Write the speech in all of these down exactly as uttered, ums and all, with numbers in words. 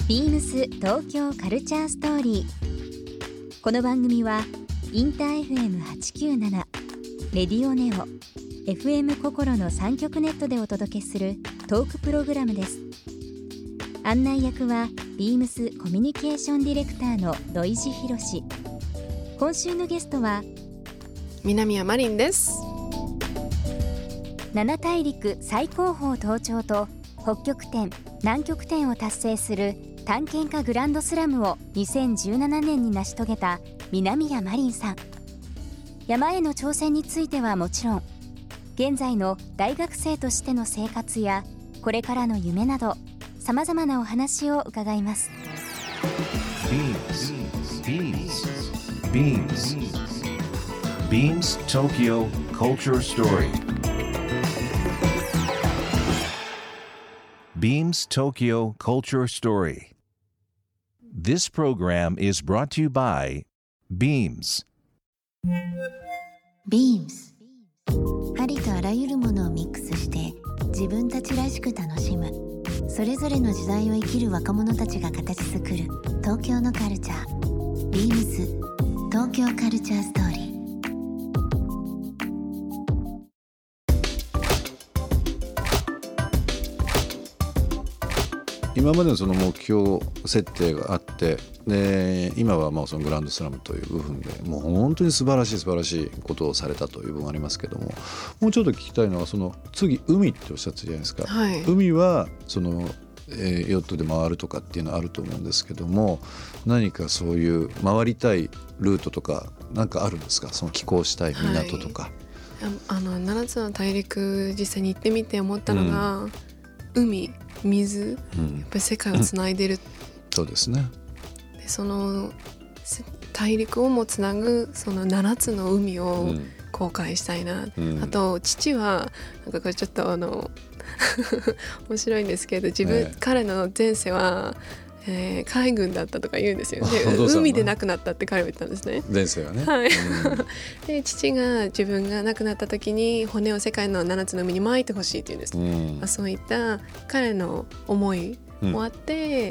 ビームス東京カルチャーストーリー。この番組はインター エフエムはちきゅうなな、レディオネオ、エフエム 心のさん局ネットでお届けするトークプログラムです。案内役はビームスコミュニケーションディレクターの土井博志。今週のゲストは南谷マリンです。 七大陸最高峰登頂と北極点、南極点を達成する探検家グランドスラムをにせんじゅうななねんに成し遂げた南谷マリンさん。山への挑戦についてはもちろん、現在の大学生としての生活やこれからの夢などさまざまなお話を伺います。 ビームス ビームス Tokyo Culture Story. Beams Tokyo Culture Story. This program is brought to you by Beams. Beams ありとあらゆるものをミックスして自分たちらしく楽しむ、それぞれの時代を生きる若者たちが形作る東京のカルチャー。 Beams 東京カルチャーストーリー。 今までのその目標設定があって、で今はまあそのグランドスラムという部分でもう本当に素晴らしい素晴らしいことをされたという部分がありますけども、もうちょっと聞きたいのはその次海っておっしゃってたじゃないですか、 はい、 海はその、えー、ヨットで回るとかっていうのはあると思うんですけども、何かそういう回りたいルートとか何かあるんですか？その寄港したい港とか、 はい、あのななつの大陸実際に行ってみて思ったのが、うん、海、水、うん、やっぱり世界をつないでる、うん、 そうですね。 でその大陸をもつなぐそのななつの海を航海したいな、うん、あと父はなんかこれちょっとあの面白いんですけど、自分、ね、彼の前世は、えー、海軍だったとか言うんですよね。海で亡くなったって彼は言ったんですね、前世はね、はい、うん、で父が自分が亡くなった時に骨を世界のななつの海に撒いてほしいって言うんです、うん、まあ、そういった彼の思いもあって、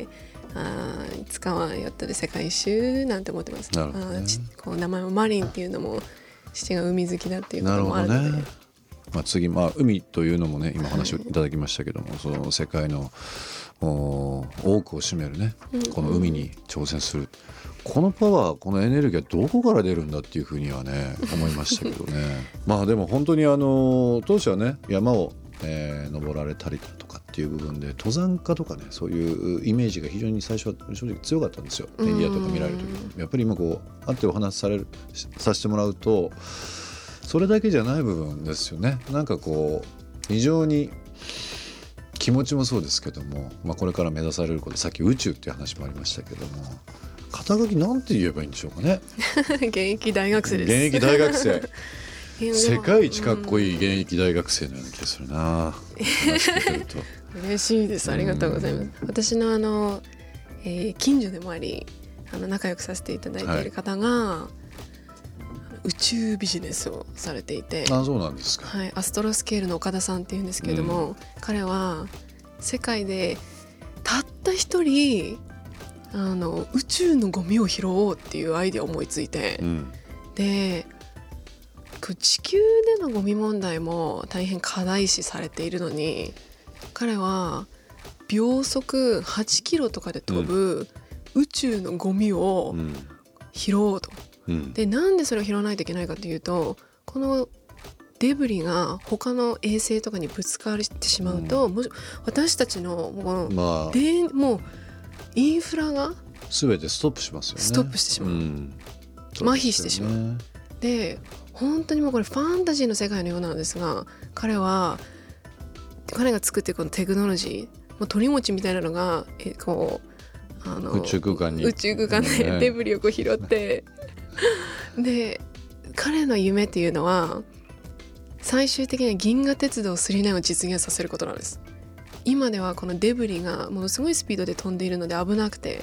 うん、あいつかはヨットで世界一周なんて思ってます。なるほどね。あこう名前もマリンっていうのも父が海好きだっていうこともあるので。なるほどね。 まあ、次、まあ、海というのもね今話をいただきましたけども、はい、その世界の多くを占めるね、うんうん、この海に挑戦するこのパワー、このエネルギーはどこから出るんだっていうふうにはね思いましたけどねまあでも本当にあの当初はね山を、えー、登られたりだとかっていう部分で登山家とかねそういうイメージが非常に最初は正直強かったんですよ。メディアとか見られる時にやっぱり今こう会ってお話しされるさせてもらうとそれだけじゃない部分ですよね。なんかこう非常に気持ちもそうですけども、まあ、これから目指されること、さっき宇宙っていう話もありましたけども、肩書きなんて言えばいいんでしょうかね現役大学生です。 現役大学生世界一かっこいい現役大学生のような気がするな話聞いてると嬉しいです。ありがとうございます。私のあの、えー、近所でもありあの仲良くさせていただいている方が、はい、宇宙ビジネスをされていて、 あ、そうなんですか、 はい、アストロスケールの岡田さんっていうんですけれども、うん、彼は世界でたった一人あの宇宙のゴミを拾おうっていうアイデアを思いついて、うん、で地球でのゴミ問題も大変課題視されているのに、彼は秒速はちキロとかで飛ぶ宇宙のゴミを拾おうと、うん、でなんでそれを拾わないといけないかというと、このデブリが他の衛星とかにぶつかってしまうと、うん、もし私たちのもう、まあ、でもうインフラが全てストップしますよね。 ストップしてしまう、うん、麻痺してしまう。で本当にもうこれファンタジーの世界のようなんですが、彼は彼が作っているこのテクノロジー、もう鳥持ちみたいなのがえこうあの宇宙空間に宇宙空間でデブリをこう拾ってで彼の夢っていうのは最終的には銀河鉄道スリーナインを実現させることなんです。今ではこのデブリがものすごいスピードで飛んでいるので危なくて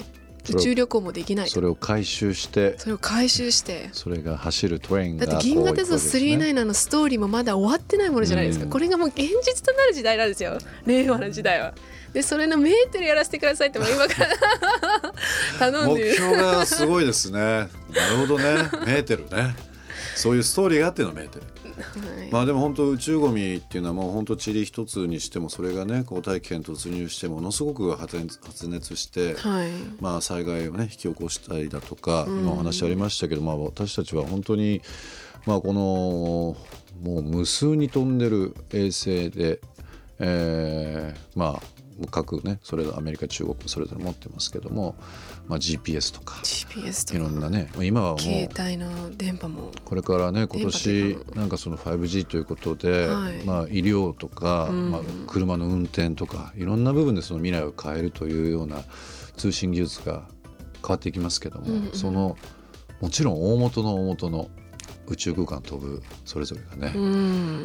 宇宙旅行もできない。 それを回収してそれを回収してそれが走るトレインがだって銀河鉄道スリーナインのあのストーリーもまだ終わってないものじゃないですか、 うん、 これがもう現実となる時代なんですよ、令和の時代は。でそれのメーテルやらせてくださいってもう今から頼んでる。 目標がすごいですね。なるほどね。メーテルね、そういうストーリーがあってのメーテル、はい、まあでも本当宇宙ゴミっていうのはもう本当塵一つにしてもそれがねこう大気圏突入してものすごく発熱、発熱して、はい、まあ災害をね引き起こしたりだとか、うん、今お話ありましたけど、まあ、私たちは本当にまあこのもう無数に飛んでる衛星で、えー、まあ各ねそれぞれアメリカ中国それぞれ持ってますけども、まあ、ジーピーエス とかジーピーエス とかいろんなね今はもう携帯の電波もこれからね今年なんかその ファイブジー ということで、はいまあ、医療とか、うんまあ、車の運転とかいろんな部分でその未来を変えるというような通信技術が変わっていきますけども、うんうん、そのもちろん大元の大元の宇宙空間飛ぶそれぞれがね、うん、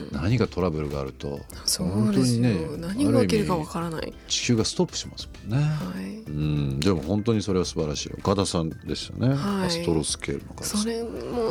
何かトラブルがあると本当にね何が起きるかわからない地球がストップしますもんね、はいうん、でも本当にそれは素晴らしい岡田さんでしたね、はい、アストロスケールの岡田さん。 それも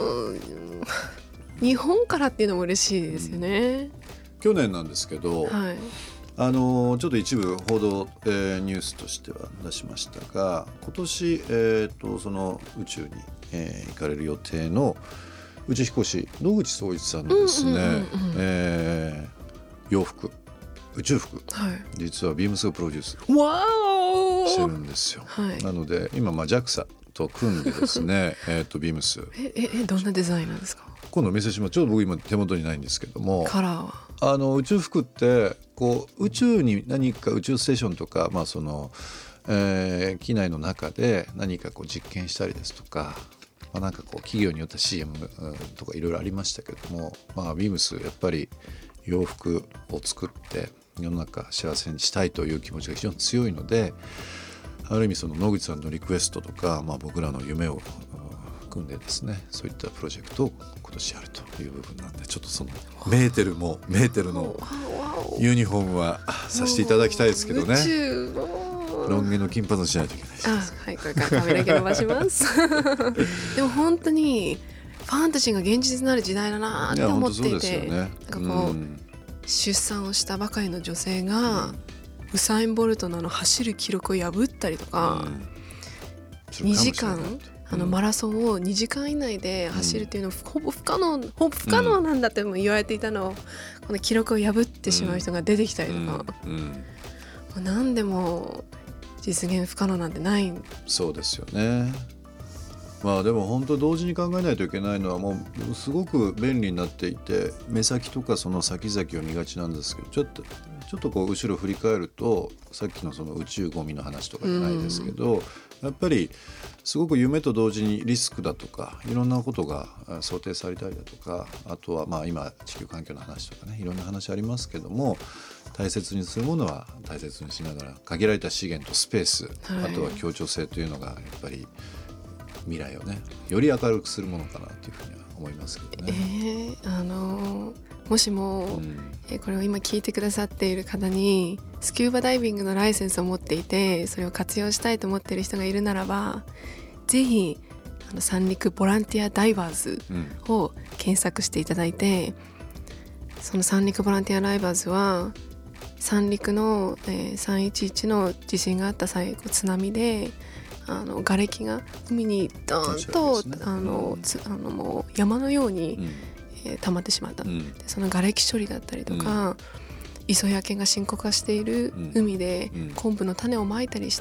日本からっていうのも嬉しいですよね、うん、 去年なんですけど、はいあのちょっと一部報道、えー、ニュースとしては出しましたが今年、えー、とその宇宙に、えー、行かれる予定の宇宙飛行士野口聡一さんのですね、うんうんうんうんえー、洋服宇宙服、はい、実はビームスがプロデュースしてるんですよ、はい、なので今、まあ、ジャクサ と組んでですねえとビームスええどんなデザインなんですか。 今度お見せします。ちょうど僕今手元にないんですけどもカラーはあの宇宙服ってこう宇宙に何か宇宙ステーションとか、まあそのえー、機内の中で何かこう実験したりですとかまあ、なんかこう企業によって シーエム とかいろいろありましたけども、まあ、ビームスやっぱり洋服を作って世の中幸せにしたいという気持ちが非常に強いのである意味その野口さんのリクエストとか、まあ、僕らの夢を組んでですねそういったプロジェクトを今年やるという部分なんでちょっとそのメーテルもメーテルのユニフォームはさせていただきたいですけどね。ロン毛の金髪にしないといけないです。 あ、はい、これから髪だけ伸ばしますでも本当にファンタジーが現実になる時代だなって思っていて、ね、なんかこう、うん、出産をしたばかりの女性が、うん、ウサイン・ボルトのあの走る記録を破ったりとか、うん、にじかんあのマラソンをにじかん以内で走るっていうのをほぼ不可能、ほぼ不可能なんだっても言われていたのをこの記録を破ってしまう人が出てきたりとか、うんうん、もう何でも実現不可能なんてない。 そうですよね。まあでも本当同時に考えないといけないのはもうすごく便利になっていて目先とかその先々を見がちなんですけどちょっとちょっとこう後ろ振り返るとさっきのその宇宙ゴミの話とかじゃないですけど、うん、やっぱりすごく夢と同時にリスクだとかいろんなことが想定されたりだとかあとはまあ今地球環境の話とかねいろんな話ありますけども大切にするものは大切にしながら限られた資源とスペース、はい、あとは協調性というのがやっぱり未来をねより明るくするものかなというふうには思いますけどね。 えー、あのもしも、うんえこれを今聞いてくださっている方にスキューバダイビングのライセンスを持っていてそれを活用したいと思っている人がいるならばぜひあの三陸ボランティアダイバーズを検索していただいて、うん、その三陸ボランティアダイバーズは三陸の、えー、さんいちいちの地震があった際津波であの瓦礫が海にドーンと、ね、あの、うん、あのもう山のように、うんえー、溜まってしまった、うん、でその瓦礫処理だったりとか、うん、磯焼けが深刻化している海で昆布の種をまいたりして、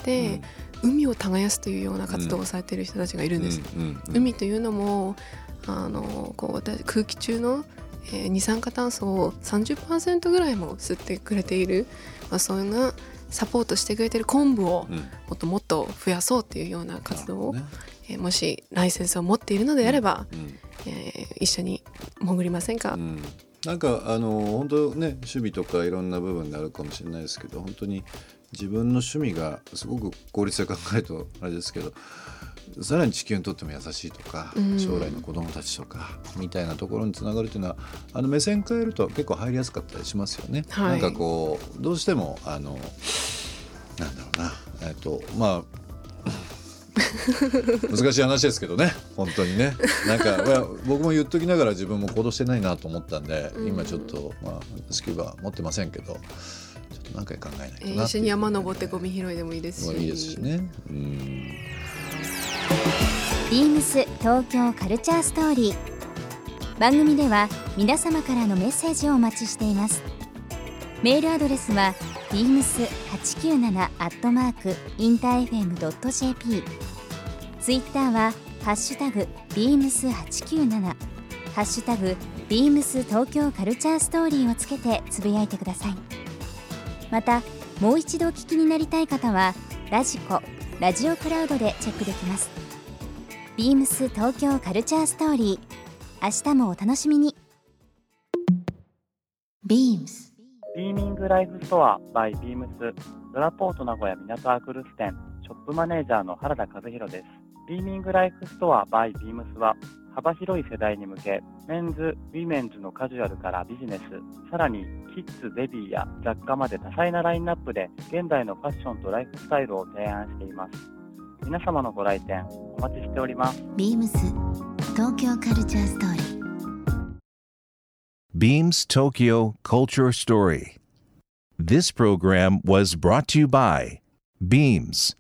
うん、海を耕すというような活動をされている人たちがいるんです、うんうんうん、海というのもあのこう空気中のえー、二酸化炭素を さんじゅっパーセント ぐらいも吸ってくれている、まあ、そういうなサポートしてくれている昆布をもっともっと増やそうというような活動を、ねえー、もしライセンスを持っているのであれば、うんうんえー、一緒に潜りませんか、うん、 なんかあの本当ね趣味とかいろんな部分であるかもしれないですけど本当に自分の趣味がすごく効率で考えるとあれですけどさらに地球にとっても優しいとか、うん、将来の子どもたちとかみたいなところにつながるというのはあの目線変えると結構入りやすかったりしますよね、はい、なんかこうどうしてもあのなんだろうなえっとまあ難しい話ですけどね本当にねなんか僕も言っときながら自分も行動してないなと思ったんで、うん、今ちょっと、まあ、スキューバ持ってませんけどちょっと何回考えないとなっていう、ね、 一緒に山登ってゴミ拾いでもいいですしいいですしね。うん。 ビームス東京カルチャーストーリー。番組では皆様からのメッセージをお待ちしています。メールアドレスは ビームスはちきゅうなな アットマーク インターエフエム ドット ジェーピー。 ツイッターはハッシュタグ ビームスはちきゅうなな、ハッシュタグ ビームス東京カルチャーストーリーをつけてつぶやいてください。またもう一度お聞きになりたい方はラジコ、ラジオクラウドでチェックできます。ビームス東京カルチャーストーリー、明日もお楽しみに。 ビームスビーミングライフストア by ビームスドラポート名古屋港アクルス店ショップマネージャーの原田和弘です。ビーミングライフストア by ビームスは幅広い世代に向けメンズ、ウィメンズのカジュアルからビジネス、さらにキッズ、ベビーや雑貨まで多彩なラインナップで現代のファッションとライフスタイルを提案しています。皆様のご来店お待ちしております。 ビームス東京カルチャーストーリー。 Beams Tokyo Culture Story. This program was brought to you by Beams.